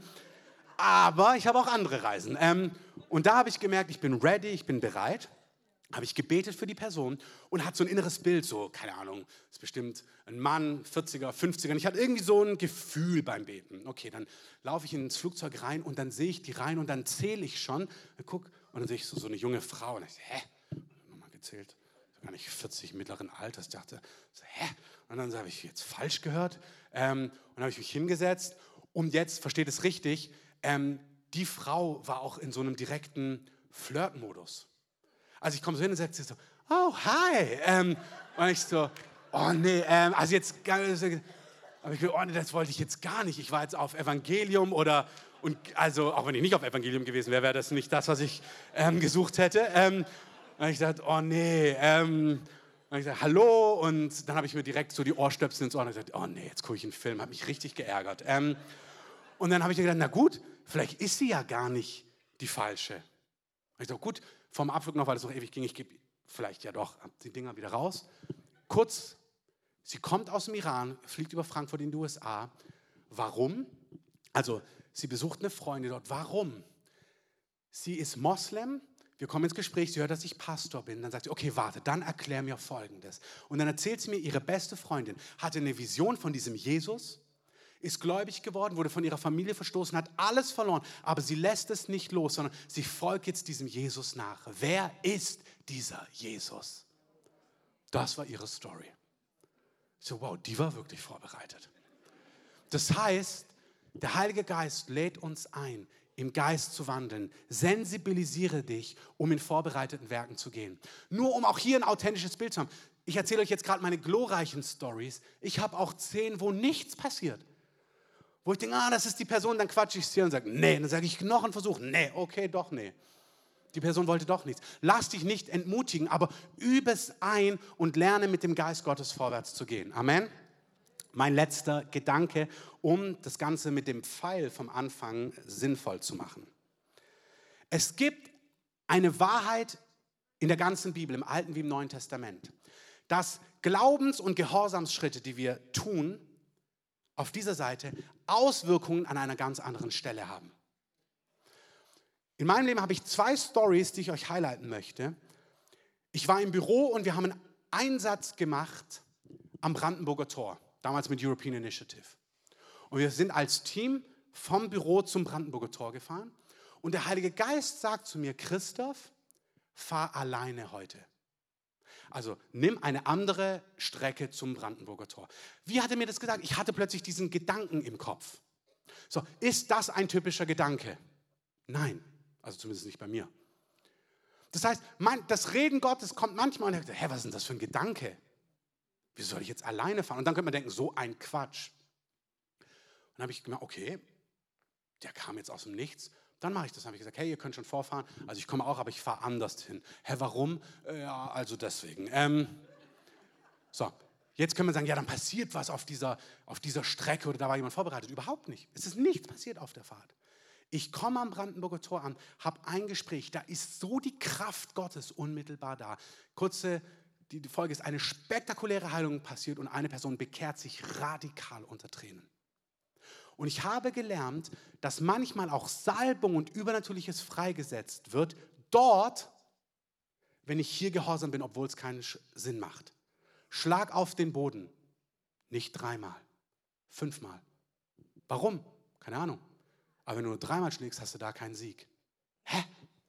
Aber ich habe auch andere Reisen. Und da habe ich gemerkt, ich bin ready, ich bin bereit. Habe ich gebetet für die Person und hatte so ein inneres Bild, so, keine Ahnung, ist bestimmt ein Mann, 40er, 50er. Und ich hatte irgendwie so ein Gefühl beim Beten. Okay, dann laufe ich ins Flugzeug rein und dann sehe ich die rein und dann zähle ich schon. Guck, und dann sehe ich so eine junge Frau und ich so, hä? Nochmal gezählt. Gar nicht 40 mittleren Alters, dachte, so, hä? Und dann habe ich jetzt falsch gehört und dann habe ich mich hingesetzt und jetzt, versteht es richtig, die Frau war auch in so einem direkten Flirtmodus. Also ich komme so hin und sage so, oh, hi. Und ich so, oh nee, also jetzt, aber ich, oh nee, das wollte ich jetzt gar nicht. Ich war jetzt auf Evangelium und also auch wenn ich nicht auf Evangelium gewesen wäre, wäre das nicht das, was ich gesucht hätte. Und ich dachte, oh nee, und ich sagte, hallo, und dann habe ich mir direkt so die Ohrstöpsel ins Ohr und gesagt, oh nee, jetzt gucke ich einen Film, habe mich richtig geärgert. Und dann habe ich gedacht, na gut, vielleicht ist sie ja gar nicht die falsche. Und ich dachte, gut, vom Abflug noch, weil es noch ewig ging, ich gebe vielleicht ja doch die Dinger wieder raus. Kurz, sie kommt aus dem Iran, fliegt über Frankfurt in die USA. Warum? Also, sie besucht eine Freundin dort. Warum? Sie ist Moslem. Wir kommen ins Gespräch, sie hört, dass ich Pastor bin. Dann sagt sie, okay, warte, dann erklär mir Folgendes. Und dann erzählt sie mir, ihre beste Freundin hatte eine Vision von diesem Jesus, ist gläubig geworden, wurde von ihrer Familie verstoßen, hat alles verloren, aber sie lässt es nicht los, sondern sie folgt jetzt diesem Jesus nach. Wer ist dieser Jesus? Das war ihre Story. So, wow, die war wirklich vorbereitet. Das heißt, der Heilige Geist lädt uns ein, im Geist zu wandeln. Sensibilisiere dich, um in vorbereiteten Werken zu gehen. Nur um auch hier ein authentisches Bild zu haben. Ich erzähle euch jetzt gerade meine glorreichen Stories. Ich habe auch 10, wo nichts passiert. Wo ich denke, das ist die Person, dann quatsche ich es hier und sage, nee. Dann sage ich, noch ein Versuch. Nee, okay, doch, nee. Die Person wollte doch nichts. Lass dich nicht entmutigen, aber übe es ein und lerne mit dem Geist Gottes vorwärts zu gehen. Amen. Mein letzter Gedanke, um das Ganze mit dem Pfeil vom Anfang sinnvoll zu machen. Es gibt eine Wahrheit in der ganzen Bibel, im Alten wie im Neuen Testament, dass Glaubens- und Gehorsamsschritte, die wir tun, auf dieser Seite Auswirkungen an einer ganz anderen Stelle haben. In meinem Leben habe ich 2 Stories, die ich euch highlighten möchte. Ich war im Büro und wir haben einen Einsatz gemacht am Brandenburger Tor, damals mit European Initiative. Und wir sind als Team vom Büro zum Brandenburger Tor gefahren. Und der Heilige Geist sagt zu mir, Christoph, fahr alleine heute. Also nimm eine andere Strecke zum Brandenburger Tor. Wie hat er mir das gesagt? Ich hatte plötzlich diesen Gedanken im Kopf. So, ist das ein typischer Gedanke? Nein, also zumindest nicht bei mir. Das heißt, das Reden Gottes kommt manchmal und er sagt, was ist denn das für ein Gedanke? Wie soll ich jetzt alleine fahren? Und dann könnte man denken, so ein Quatsch. Und dann habe ich gemerkt, okay, der kam jetzt aus dem Nichts. Dann mache ich das. Dann habe ich gesagt, hey, ihr könnt schon vorfahren. Also ich komme auch, aber ich fahre anders hin. Warum? Ja, also deswegen. So, jetzt können wir sagen, ja, dann passiert was auf dieser Strecke oder da war jemand vorbereitet. Überhaupt nicht. Es ist nichts passiert auf der Fahrt. Ich komme am Brandenburger Tor an, habe ein Gespräch. Da ist so die Kraft Gottes unmittelbar da. Die Folge ist, eine spektakuläre Heilung passiert und eine Person bekehrt sich radikal unter Tränen. Und ich habe gelernt, dass manchmal auch Salbung und Übernatürliches freigesetzt wird, dort, wenn ich hier gehorsam bin, obwohl es keinen Sinn macht. Schlag auf den Boden. Nicht 3-mal, 5-mal. Warum? Keine Ahnung. Aber wenn du nur 3-mal schlägst, hast du da keinen Sieg. Hä?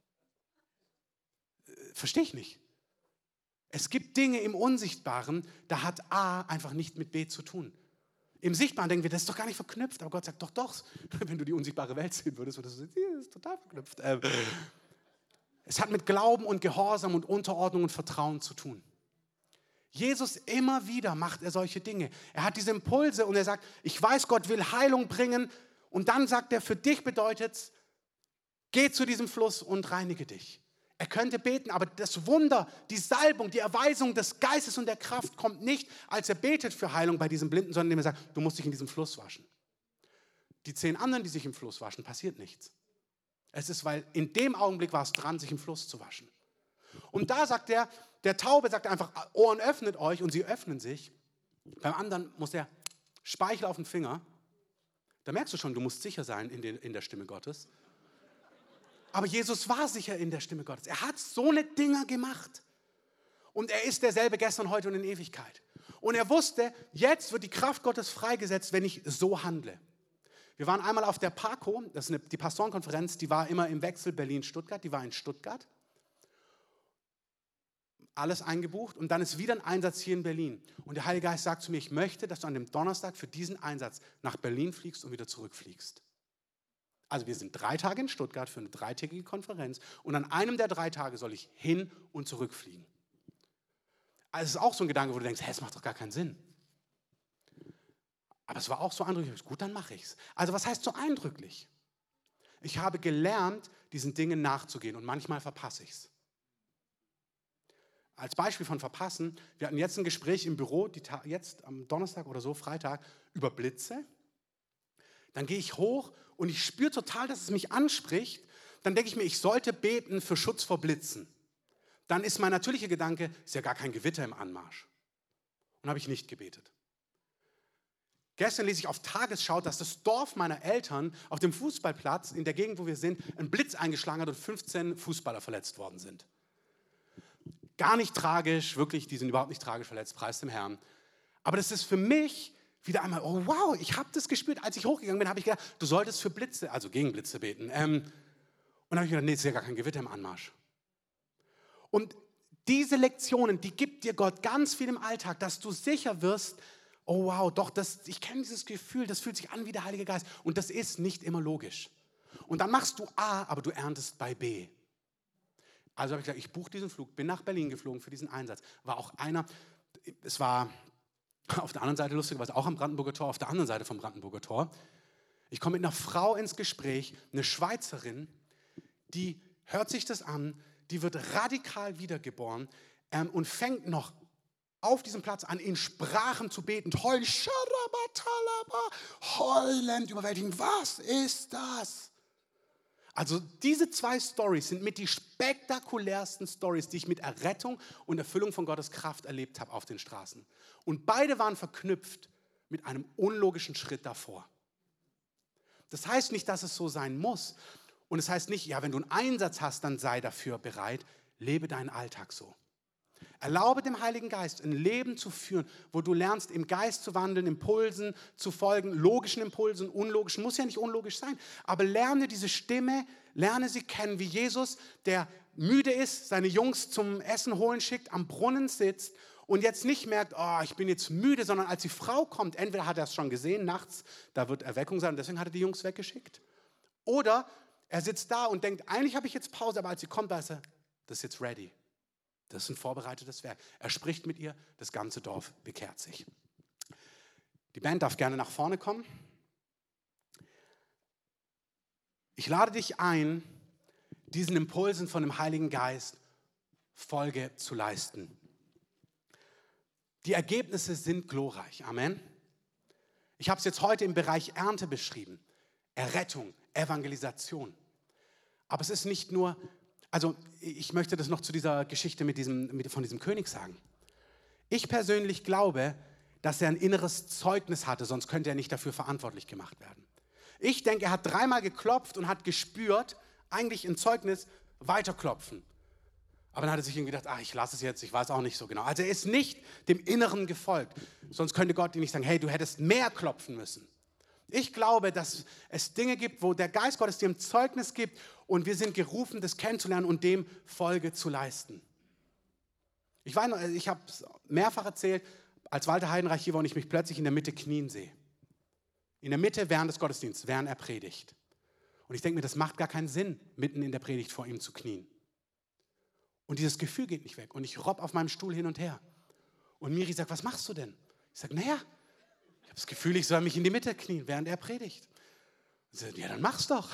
Verstehe ich nicht. Es gibt Dinge im Unsichtbaren, da hat A einfach nicht mit B zu tun. Im Sichtbaren denken wir, das ist doch gar nicht verknüpft. Aber Gott sagt, doch. Wenn du die unsichtbare Welt sehen würdest, würdest du sagen, das ist total verknüpft. Es hat mit Glauben und Gehorsam und Unterordnung und Vertrauen zu tun. Jesus, immer wieder macht er solche Dinge. Er hat diese Impulse und er sagt, ich weiß, Gott will Heilung bringen. Und dann sagt er, für dich bedeutet es, geh zu diesem Fluss und reinige dich. Er könnte beten, aber das Wunder, die Salbung, die Erweisung des Geistes und der Kraft kommt nicht, als er betet für Heilung bei diesem Blinden, sondern indem er sagt, du musst dich in diesem Fluss waschen. Die 10 anderen, die sich im Fluss waschen, passiert nichts. Es ist, weil in dem Augenblick war es dran, sich im Fluss zu waschen. Und da sagt er, der Taube sagt einfach, Ohren öffnet euch und sie öffnen sich. Beim anderen muss er Speichel auf den Finger. Da merkst du schon, du musst sicher sein in der Stimme Gottes. Aber Jesus war sicher in der Stimme Gottes. Er hat so eine Dinger gemacht. Und er ist derselbe gestern, heute und in Ewigkeit. Und er wusste, jetzt wird die Kraft Gottes freigesetzt, wenn ich so handle. Wir waren einmal auf der PACO, das ist die Pastorenkonferenz, die war immer im Wechsel Berlin-Stuttgart, die war in Stuttgart. Alles eingebucht und dann ist wieder ein Einsatz hier in Berlin. Und der Heilige Geist sagt zu mir, ich möchte, dass du an dem Donnerstag für diesen Einsatz nach Berlin fliegst und wieder zurückfliegst. Also wir sind 3 Tage in Stuttgart für eine 3-tägige Konferenz und an einem der 3 Tage soll ich hin und zurückfliegen. Also es ist auch so ein Gedanke, wo du denkst, es macht doch gar keinen Sinn. Aber es war auch so eindrücklich. Gut, dann mache ich es. Also was heißt so eindrücklich? Ich habe gelernt, diesen Dingen nachzugehen und manchmal verpasse ich es. Als Beispiel von verpassen, wir hatten jetzt ein Gespräch im Büro, jetzt am Donnerstag oder so, Freitag, über Blitze. Dann gehe ich hoch und ich spüre total, dass es mich anspricht. Dann denke ich mir, ich sollte beten für Schutz vor Blitzen. Dann ist mein natürlicher Gedanke, ist ja gar kein Gewitter im Anmarsch. Und habe ich nicht gebetet. Gestern lese ich auf Tagesschau, dass das Dorf meiner Eltern auf dem Fußballplatz in der Gegend, wo wir sind, einen Blitz eingeschlagen hat und 15 Fußballer verletzt worden sind. Gar nicht tragisch, wirklich, die sind überhaupt nicht tragisch verletzt, preis dem Herrn. Aber das ist für mich wieder einmal, oh wow, ich habe das gespürt. Als ich hochgegangen bin, habe ich gedacht, du solltest für Blitze, also gegen Blitze beten. Und dann habe ich gedacht, nee, es ist ja gar kein Gewitter im Anmarsch. Und diese Lektionen, die gibt dir Gott ganz viel im Alltag, dass du sicher wirst, oh wow, doch, ich kenne dieses Gefühl, das fühlt sich an wie der Heilige Geist. Und das ist nicht immer logisch. Und dann machst du A, aber du erntest bei B. Also habe ich gesagt, ich buche diesen Flug, bin nach Berlin geflogen für diesen Einsatz. War auch es war auf der anderen Seite lustigerweise auch am Brandenburger Tor, auf der anderen Seite vom Brandenburger Tor. Ich komme mit einer Frau ins Gespräch, eine Schweizerin, die hört sich das an, die wird radikal wiedergeboren und fängt noch auf diesem Platz an, in Sprachen zu beten, heulen, heulend, überwältigend. Was ist das? Also diese zwei Storys sind mit die spektakulärsten Storys, die ich mit Errettung und Erfüllung von Gottes Kraft erlebt habe auf den Straßen. Und beide waren verknüpft mit einem unlogischen Schritt davor. Das heißt nicht, dass es so sein muss. Und es heißt nicht, ja, wenn du einen Einsatz hast, dann sei dafür bereit. Lebe deinen Alltag so. Erlaube dem Heiligen Geist, ein Leben zu führen, wo du lernst, im Geist zu wandeln, Impulsen zu folgen, logischen Impulsen, unlogischen, muss ja nicht unlogisch sein, aber lerne diese Stimme, lerne sie kennen, wie Jesus, der müde ist, seine Jungs zum Essen holen schickt, am Brunnen sitzt und jetzt nicht merkt, oh, ich bin jetzt müde, sondern als die Frau kommt, entweder hat er es schon gesehen, nachts, da wird Erweckung sein und deswegen hat er die Jungs weggeschickt. Oder er sitzt da und denkt, eigentlich habe ich jetzt Pause, aber als sie kommt, weiß er, das ist jetzt ready. Das ist ein vorbereitetes Werk. Er spricht mit ihr, das ganze Dorf bekehrt sich. Die Band darf gerne nach vorne kommen. Ich lade dich ein, diesen Impulsen von dem Heiligen Geist Folge zu leisten. Die Ergebnisse sind glorreich. Amen. Ich habe es jetzt heute im Bereich Ernte beschrieben. Errettung, Evangelisation. Aber es ist nicht nur... Also ich möchte das noch zu dieser Geschichte von diesem König sagen. Ich persönlich glaube, dass er ein inneres Zeugnis hatte, sonst könnte er nicht dafür verantwortlich gemacht werden. Ich denke, er hat 3-mal geklopft und hat gespürt, eigentlich ein Zeugnis, weiterklopfen. Aber dann hat er sich irgendwie gedacht, ich lasse es jetzt, ich weiß auch nicht so genau. Also er ist nicht dem Inneren gefolgt, sonst könnte Gott ihm nicht sagen, hey, du hättest mehr klopfen müssen. Ich glaube, dass es Dinge gibt, wo der Geist Gottes dir ein Zeugnis gibt und wir sind gerufen, das kennenzulernen und dem Folge zu leisten. Ich weiß noch, ich habe es mehrfach erzählt, als Walter Heidenreich hier war und ich mich plötzlich in der Mitte knien sehe. In der Mitte während des Gottesdienstes, während er predigt. Und ich denke mir, das macht gar keinen Sinn, mitten in der Predigt vor ihm zu knien. Und dieses Gefühl geht nicht weg. Und ich robb auf meinem Stuhl hin und her. Und Miri sagt, was machst du denn? Ich sage, naja, ich habe das Gefühl, ich soll mich in die Mitte knien, während er predigt. Und sie sagt, ja, dann mach's doch.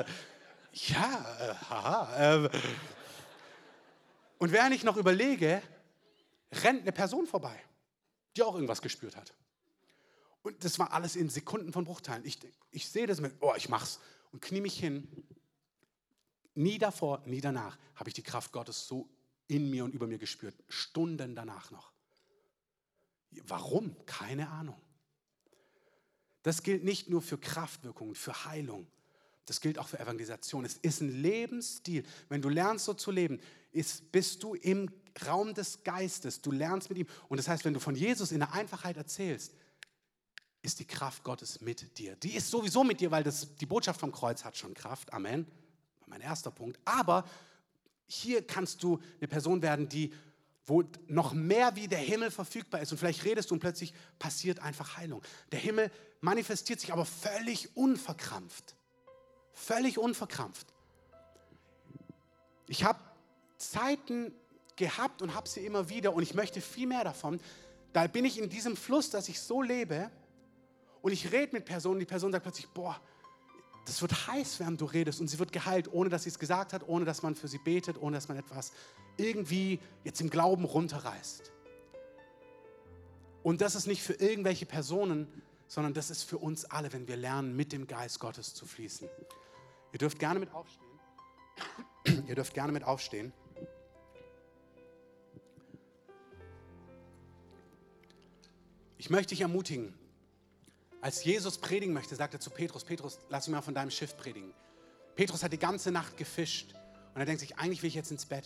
Ja, Und während ich noch überlege, rennt eine Person vorbei, die auch irgendwas gespürt hat. Und das war alles in Sekunden von Bruchteilen. Ich sehe das mit, ich mach's und knie mich hin. Nie davor, nie danach habe ich die Kraft Gottes so in mir und über mir gespürt. Stunden danach noch. Warum? Keine Ahnung. Das gilt nicht nur für Kraftwirkungen, für Heilung. Das gilt auch für Evangelisation. Es ist ein Lebensstil. Wenn du lernst, so zu leben, bist du im Raum des Geistes. Du lernst mit ihm. Und das heißt, wenn du von Jesus in der Einfachheit erzählst, ist die Kraft Gottes mit dir. Die ist sowieso mit dir, weil die Botschaft vom Kreuz hat schon Kraft. Amen. Mein erster Punkt. Aber hier kannst du eine Person werden, wo noch mehr wie der Himmel verfügbar ist. Und vielleicht redest du und plötzlich passiert einfach Heilung. Der Himmel manifestiert sich aber völlig unverkrampft. Völlig unverkrampft. Ich habe Zeiten gehabt und habe sie immer wieder und ich möchte viel mehr davon. Da bin ich in diesem Fluss, dass ich so lebe und ich rede mit Personen. Die Person sagt plötzlich, das wird heiß, während du redest und sie wird geheilt, ohne dass sie es gesagt hat, ohne dass man für sie betet, ohne dass man etwas irgendwie jetzt im Glauben runterreißt. Und das ist nicht für irgendwelche Personen, sondern das ist für uns alle, wenn wir lernen, mit dem Geist Gottes zu fließen. Ihr dürft gerne mit aufstehen. Ihr dürft gerne mit aufstehen. Ich möchte dich ermutigen. Als Jesus predigen möchte, sagt er zu Petrus, Petrus, lass mich mal von deinem Schiff predigen. Petrus hat die ganze Nacht gefischt und er denkt sich, eigentlich will ich jetzt ins Bett.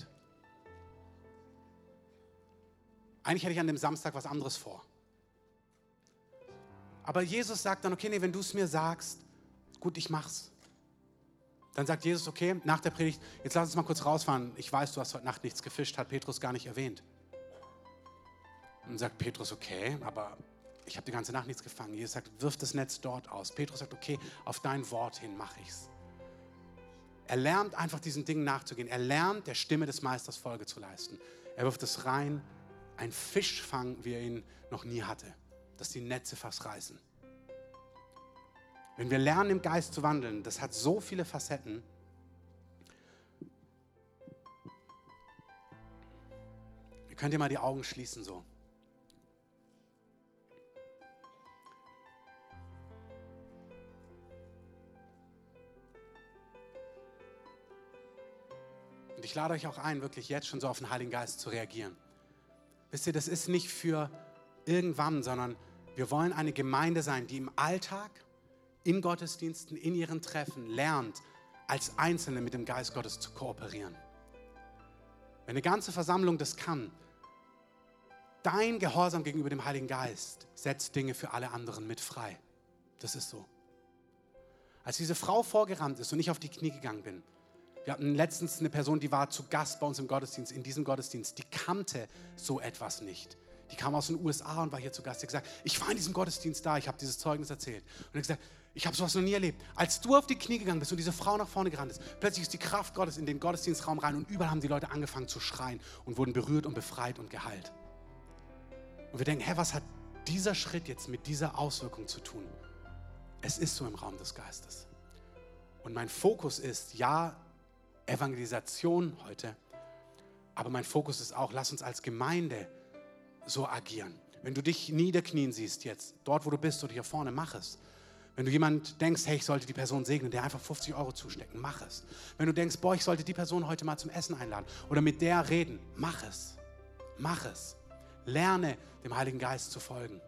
Eigentlich hätte ich an dem Samstag was anderes vor. Aber Jesus sagt dann, okay, wenn du es mir sagst, gut, ich mach's. Dann sagt Jesus, okay, nach der Predigt, jetzt lass uns mal kurz rausfahren. Ich weiß, du hast heute Nacht nichts gefischt, hat Petrus gar nicht erwähnt. Und dann sagt Petrus, okay, aber ich habe die ganze Nacht nichts gefangen. Jesus sagt, wirf das Netz dort aus. Petrus sagt, okay, auf dein Wort hin mache ich's. Er lernt einfach diesen Dingen nachzugehen. Er lernt, der Stimme des Meisters Folge zu leisten. Er wirft es rein, ein Fischfang, wie er ihn noch nie hatte, dass die Netze fast reißen. Wenn wir lernen, im Geist zu wandeln, das hat so viele Facetten. Ihr könnt ja mal die Augen schließen so. Und ich lade euch auch ein, wirklich jetzt schon so auf den Heiligen Geist zu reagieren. Wisst ihr, das ist nicht für irgendwann, sondern wir wollen eine Gemeinde sein, die im Alltag, in Gottesdiensten, in ihren Treffen lernt, als Einzelne mit dem Geist Gottes zu kooperieren. Wenn eine ganze Versammlung das kann, dein Gehorsam gegenüber dem Heiligen Geist setzt Dinge für alle anderen mit frei. Das ist so. Als diese Frau vorgerannt ist und ich auf die Knie gegangen bin, wir hatten letztens eine Person, die war zu Gast bei uns im Gottesdienst, in diesem Gottesdienst, die kannte so etwas nicht. Die kam aus den USA und war hier zu Gast. Die hat gesagt, ich war in diesem Gottesdienst da, ich habe dieses Zeugnis erzählt. Und er hat gesagt, ich habe sowas noch nie erlebt. Als du auf die Knie gegangen bist und diese Frau nach vorne gerannt ist, plötzlich ist die Kraft Gottes in den Gottesdienstraum rein und überall haben die Leute angefangen zu schreien und wurden berührt und befreit und geheilt. Und wir denken, was hat dieser Schritt jetzt mit dieser Auswirkung zu tun? Es ist so im Raum des Geistes. Und mein Fokus ist, ja, Evangelisation heute, aber mein Fokus ist auch, lass uns als Gemeinde so agieren. Wenn du dich niederknien siehst jetzt, dort wo du bist oder hier vorne, mach es. Wenn du jemand denkst, hey, ich sollte die Person segnen, der einfach 50 € zustecken, mach es. Wenn du denkst, boah, ich sollte die Person heute mal zum Essen einladen oder mit der reden, mach es. Mach es. Lerne, dem Heiligen Geist zu folgen.